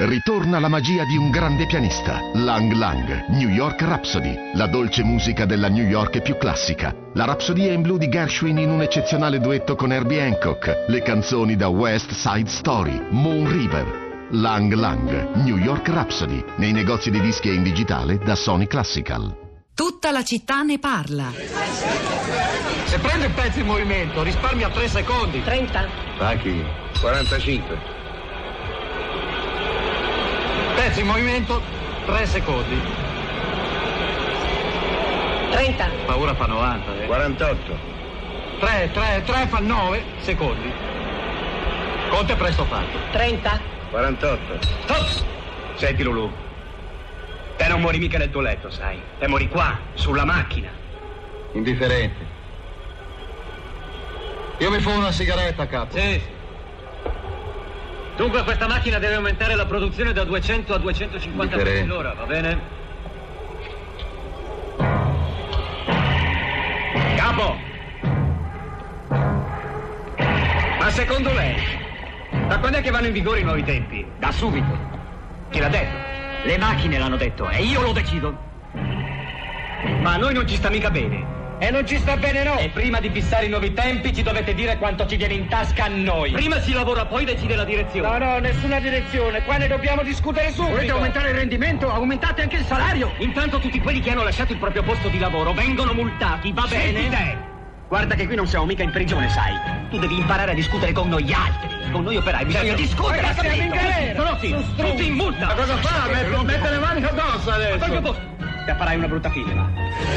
Ritorna la magia di un grande pianista, Lang Lang, New York Rhapsody, la dolce musica della New York più classica. La Rapsodia in blu di Gershwin in un eccezionale duetto con Herbie Hancock, le canzoni da West Side Story, Moon River. Lang Lang, New York Rhapsody, nei negozi di dischi e in digitale da Sony Classical. Tutta la città ne parla. Se prende il pezzo in movimento, risparmia 3 secondi. 30. Pacchi, 45. Pezzo in movimento, 3 secondi. 30. Paura fa 90, 48. 3 fa 9 secondi. Conto è presto fatto. 30. 48. Stop! Senti Lulu, te non mori mica nel tuo letto, sai? Te mori qua, sulla macchina. Indifferente. Io mi fumo una sigaretta, capo. Sì. Dunque questa macchina deve aumentare la produzione da 200 a 250 km l'ora, va bene? Capo! Ma secondo lei, da quando è che vanno in vigore i nuovi tempi? Da subito. Chi l'ha detto? Le macchine l'hanno detto e io lo decido. Ma a noi non ci sta mica bene. E non ci sta bene, no! E prima di fissare i nuovi tempi ci dovete dire quanto ci viene in tasca a noi. Prima si lavora, poi decide la direzione. No, nessuna direzione. Qua ne dobbiamo discutere subito. Volete aumentare il rendimento? Aumentate anche il salario! Intanto tutti quelli che hanno lasciato il proprio posto di lavoro vengono multati, va bene? Senti te! Guarda che qui non siamo mica in prigione, sai. Tu devi imparare a discutere con noi altri. Con noi operai bisogna discutere. Ma siamo in galera! Tutti in multa! Ma cosa fa? Mette le mani addosso adesso! A proprio posto! Te farai una brutta fine, va.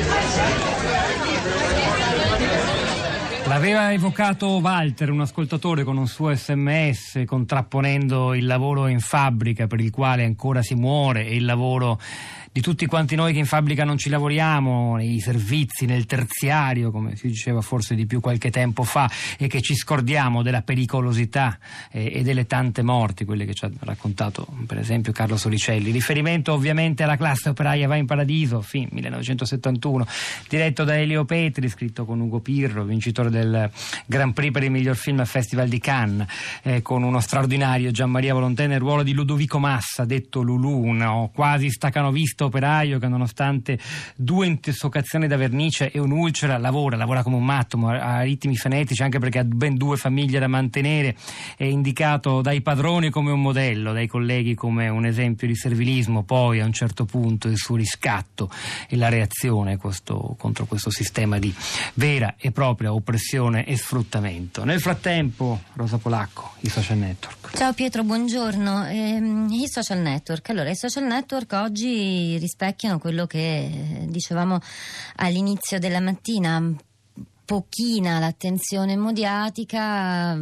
L'aveva evocato Walter, un ascoltatore, con un suo SMS, contrapponendo il lavoro in fabbrica per il quale ancora si muore e il lavoro di tutti quanti noi che in fabbrica non ci lavoriamo, nei servizi, nel terziario, come si diceva forse di più qualche tempo fa, e che ci scordiamo della pericolosità e delle tante morti, quelle che ci ha raccontato per esempio Carlo Solicelli. Riferimento ovviamente alla classe operaia Va in Paradiso, film 1971, diretto da Elio Petri, scritto con Ugo Pirro, vincitore del Grand Prix per il miglior film al Festival di Cannes, con uno straordinario Gianmaria Volontè nel ruolo di Ludovico Massa, detto Lulù, un quasi staccanovista operaio che nonostante 2 intossicazioni da vernice e un'ulcera lavora come un matto, a ritmi frenetici, anche perché ha ben 2 famiglie da mantenere. È indicato dai padroni come un modello, dai colleghi come un esempio di servilismo. Poi a un certo punto il suo riscatto e la reazione contro questo sistema di vera e propria oppressione e sfruttamento. Nel frattempo, Rosa Polacco, i social network. Ciao Pietro, buongiorno. I social network. Allora, i social network oggi rispecchiano quello che dicevamo all'inizio della mattina. Pochina l'attenzione mediatica,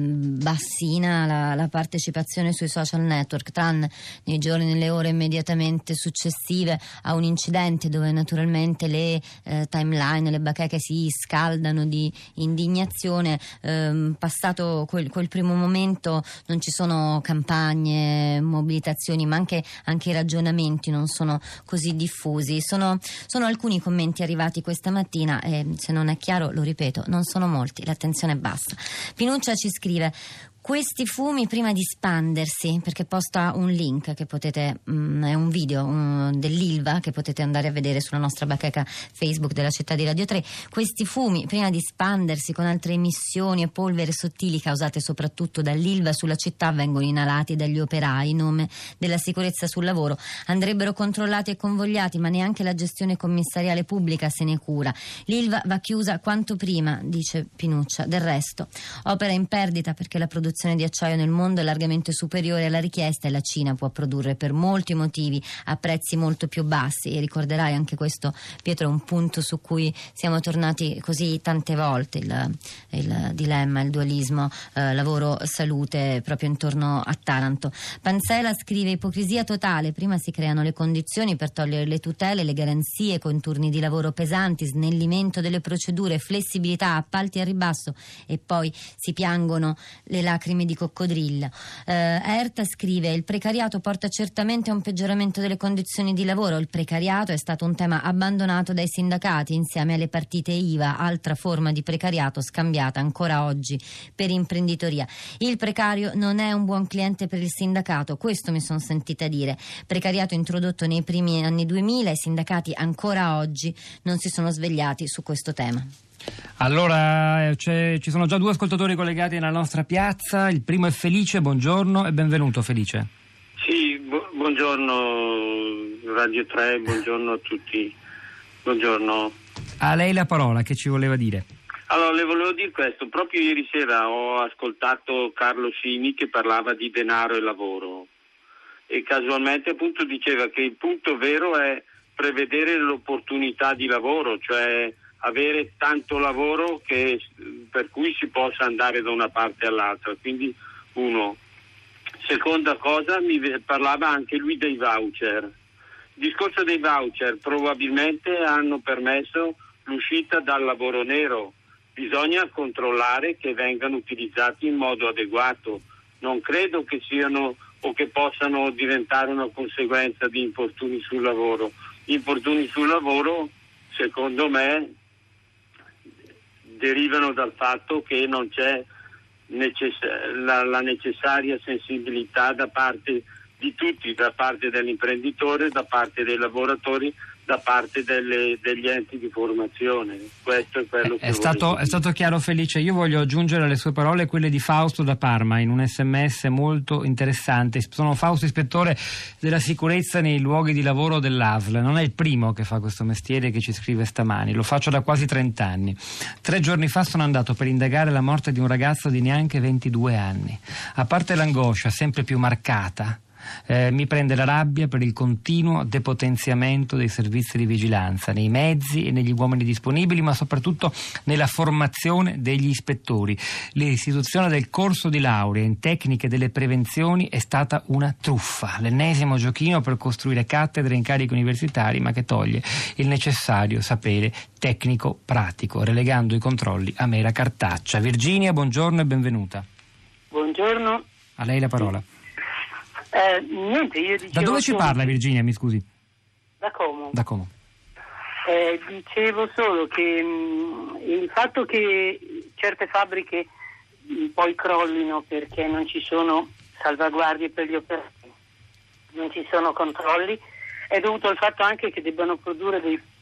bassina la partecipazione sui social network, tranne nei giorni, nelle ore immediatamente successive a un incidente dove naturalmente le timeline, le bacheche si scaldano di indignazione. Passato quel primo momento non ci sono campagne, mobilitazioni, ma anche i ragionamenti non sono così diffusi. Sono alcuni commenti arrivati questa mattina e se non è chiaro lo ripeto, non sono molti, l'attenzione è bassa. Pinuccia ci scrive: questi fumi prima di spandersi, perché posta un link che potete, è un video dell'Ilva che potete andare a vedere sulla nostra bacheca Facebook della città di Radio 3. Questi fumi prima di spandersi con altre emissioni e polvere sottili causate soprattutto dall'Ilva sulla città vengono inalati dagli operai in nome della sicurezza sul lavoro. Andrebbero controllati e convogliati, ma neanche la gestione commissariale pubblica se ne cura. L'Ilva va chiusa quanto prima, dice Pinuccia. Del resto, opera in perdita perché la produzione di acciaio nel mondo è largamente superiore alla richiesta e la Cina può produrre per molti motivi a prezzi molto più bassi. E ricorderai anche questo, Pietro, è un punto su cui siamo tornati così tante volte, il dilemma, il dualismo lavoro-salute proprio intorno a Taranto. Panzela scrive: ipocrisia totale, prima si creano le condizioni per togliere le tutele, le garanzie con turni di lavoro pesanti, snellimento delle procedure, flessibilità, appalti a ribasso e poi si piangono le lacrime lacrime di coccodrillo. Erta scrive: il precariato porta certamente a un peggioramento delle condizioni di lavoro. Il precariato è stato un tema abbandonato dai sindacati insieme alle partite IVA, altra forma di precariato scambiata ancora oggi per imprenditoria. Il precario non è un buon cliente per il sindacato, questo mi sono sentita dire. Precariato introdotto nei primi anni 2000, i sindacati ancora oggi non si sono svegliati su questo tema. Allora, ci sono già 2 ascoltatori collegati nella nostra piazza. Il primo è Felice, buongiorno e benvenuto Felice. Sì, buongiorno Radio 3, buongiorno a tutti. Buongiorno. A lei la parola, che ci voleva dire? Allora, le volevo dire questo. Proprio ieri sera ho ascoltato Carlo Sini che parlava di denaro e lavoro e casualmente appunto diceva che il punto vero è prevedere l'opportunità di lavoro, cioè avere tanto lavoro per cui si possa andare da una parte all'altra. Quindi uno. Seconda cosa, mi parlava anche lui dei voucher. Il discorso dei voucher probabilmente hanno permesso l'uscita dal lavoro nero. Bisogna controllare che vengano utilizzati in modo adeguato. Non credo che siano o che possano diventare una conseguenza di infortuni sul lavoro. Gli infortuni sul lavoro, secondo me, derivano dal fatto che non c'è la necessaria sensibilità da parte di tutti, da parte dell'imprenditore, da parte dei lavoratori, da parte degli enti di formazione. Questo è quello che è stato chiaro Felice. Io voglio aggiungere alle sue parole quelle di Fausto da Parma in un sms molto interessante. Sono Fausto, ispettore della sicurezza nei luoghi di lavoro dell'ASL. Non è il primo che fa questo mestiere che ci scrive stamani, lo faccio da quasi 30 anni. 3 giorni fa sono andato per indagare la morte di un ragazzo di neanche 22 anni. A parte l'angoscia sempre più marcata, mi prende la rabbia per il continuo depotenziamento dei servizi di vigilanza, nei mezzi e negli uomini disponibili, ma soprattutto nella formazione degli ispettori. L'istituzione del corso di laurea in tecniche delle prevenzioni è stata una truffa, l'ennesimo giochino per costruire cattedre e incarichi universitari, ma che toglie il necessario sapere tecnico-pratico, relegando i controlli a mera cartaccia. Virginia, buongiorno e benvenuta. Buongiorno. A lei la parola. Niente, io dicevo. Da dove ci parla Virginia, mi scusi? Da Como. Da Como. Dicevo solo che il fatto che certe fabbriche poi crollino perché non ci sono salvaguardie per gli operatori, non ci sono controlli, è dovuto al fatto anche che debbano produrre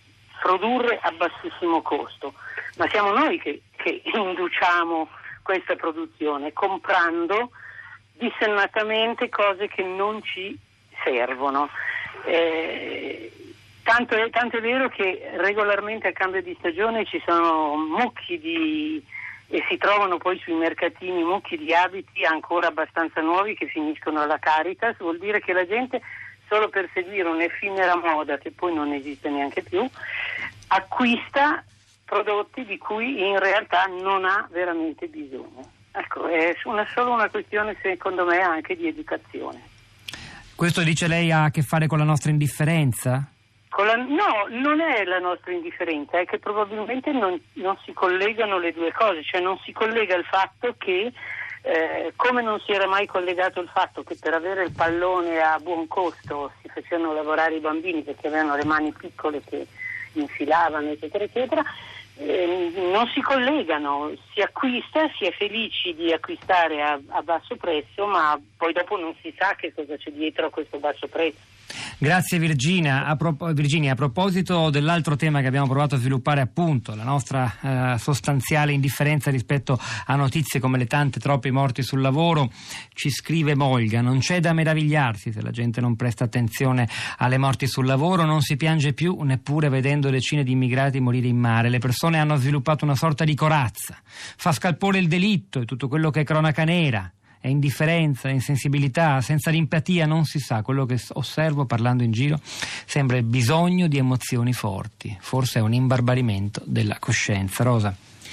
a bassissimo costo, ma siamo noi che induciamo questa produzione comprando dissennatamente cose che non ci servono. Tanto è vero che regolarmente a cambio di stagione ci sono e si trovano poi sui mercatini mucchi di abiti ancora abbastanza nuovi che finiscono alla Caritas. Vuol dire che la gente, solo per seguire un'effimera moda che poi non esiste neanche più, acquista prodotti di cui in realtà non ha veramente bisogno. Ecco, è solo una questione, secondo me, anche di educazione. Questo, dice lei, ha a che fare con la nostra indifferenza? No, non è la nostra indifferenza, è che probabilmente non si collegano le due cose, cioè non si collega il fatto che, come non si era mai collegato il fatto che per avere il pallone a buon costo si facevano lavorare i bambini perché avevano le mani piccole che infilavano, eccetera, eccetera. Non si collegano, si acquista, si è felici di acquistare a basso prezzo, ma poi dopo non si sa che cosa c'è dietro a questo basso prezzo. Grazie Virginia. Virginia, a proposito dell'altro tema che abbiamo provato a sviluppare, appunto la nostra sostanziale indifferenza rispetto a notizie come le tante troppe morti sul lavoro, ci scrive Molga: non c'è da meravigliarsi se la gente non presta attenzione alle morti sul lavoro, non si piange più neppure vedendo decine di immigrati morire in mare, le persone hanno sviluppato una sorta di corazza, fa scalpore il delitto e tutto quello che è cronaca nera. È indifferenza, è insensibilità, senza l'empatia non si sa. Quello che osservo parlando in giro sembra il bisogno di emozioni forti. Forse è un imbarbarimento della coscienza. Rosa.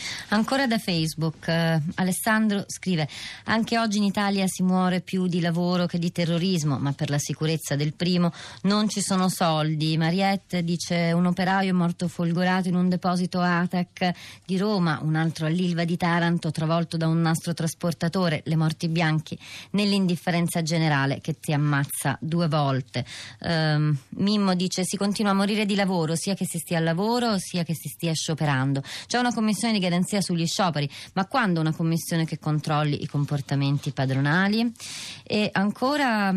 Ancora da Facebook, Alessandro scrive: anche oggi in Italia si muore più di lavoro che di terrorismo, ma per la sicurezza del primo non ci sono soldi. Mariette dice: un operaio è morto folgorato in un deposito ATAC di Roma, un altro all'Ilva di Taranto travolto da un nastro trasportatore, le morti bianchi nell'indifferenza generale che ti ammazza 2 volte. Mimmo dice: si continua a morire di lavoro, sia che si stia al lavoro sia che si stia scioperando. C'è una commissione di garanzia sugli scioperi, ma quando una commissione che controlli i comportamenti padronali? E ancora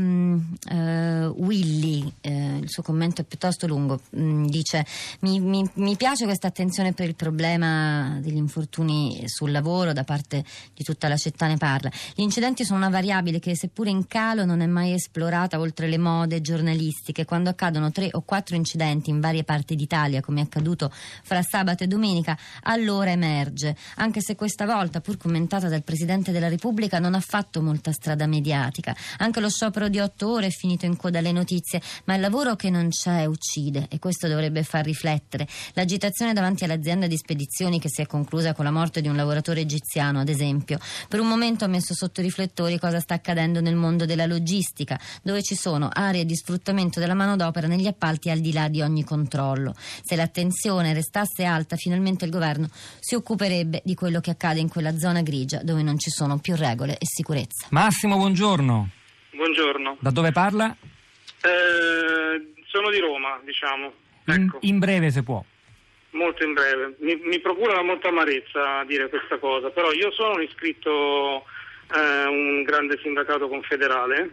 Willy, il suo commento è piuttosto lungo, dice: mi piace questa attenzione per il problema degli infortuni sul lavoro da parte di tutta la città ne parla. Gli incidenti sono una variabile che, seppure in calo, non è mai esplorata oltre le mode giornalistiche. Quando accadono 3 o 4 incidenti in varie parti d'Italia, come è accaduto fra sabato e domenica, allora emerge, anche se questa volta, pur commentata dal Presidente della Repubblica, non ha fatto molta strada mediatica. Anche lo sciopero di 8 ore è finito in coda alle notizie, ma il lavoro che non c'è uccide, e questo dovrebbe far riflettere. L'agitazione davanti all'azienda di spedizioni, che si è conclusa con la morte di un lavoratore egiziano, ad esempio, per un momento ha messo sotto i riflettori cosa sta accadendo nel mondo della logistica, dove ci sono aree di sfruttamento della manodopera negli appalti al di là di ogni controllo. Se l'attenzione restasse alta, finalmente il governo si occuperebbe di quello che accade in quella zona grigia dove non ci sono più regole e sicurezza. Massimo, buongiorno. Buongiorno. Da dove parla? Sono di Roma, diciamo. Ecco. In breve, se può. Molto in breve. Mi procura molta amarezza dire questa cosa, però io sono un iscritto un grande sindacato confederale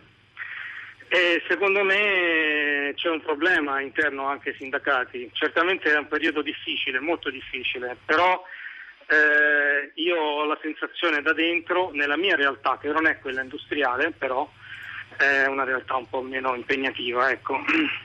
e secondo me c'è un problema interno anche ai sindacati. Certamente è un periodo difficile, molto difficile, però io ho la sensazione da dentro, nella mia realtà, che non è quella industriale, però è una realtà un po' meno impegnativa, ecco.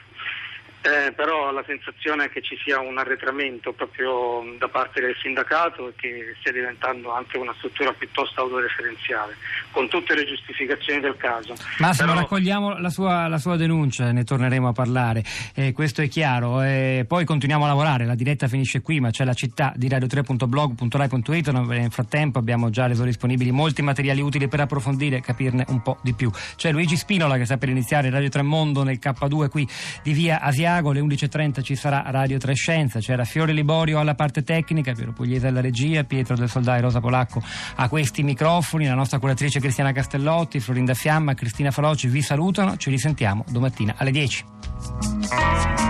Però la sensazione è che ci sia un arretramento proprio da parte del sindacato e che stia diventando anche una struttura piuttosto autoreferenziale, con tutte le giustificazioni del caso. Massimo, raccogliamo la sua denuncia, ne torneremo a parlare, questo è chiaro. Poi continuiamo a lavorare, la diretta finisce qui, ma c'è la città di radio3.blog.rai.it. Nel frattempo abbiamo già reso disponibili molti materiali utili per approfondire e capirne un po' di più. C'è Luigi Spinola che sta per iniziare Radio 3 Mondo nel K2 qui di via Asiago. Alle 11.30 ci sarà Radio 3 Scienza, c'era Fiore Liborio alla parte tecnica, Piero Pugliese alla regia, Pietro del Soldà e Rosa Polacco a questi microfoni, la nostra curatrice Cristiana Castellotti, Florinda Fiamma, Cristina Faloci vi salutano, ci risentiamo domattina alle 10.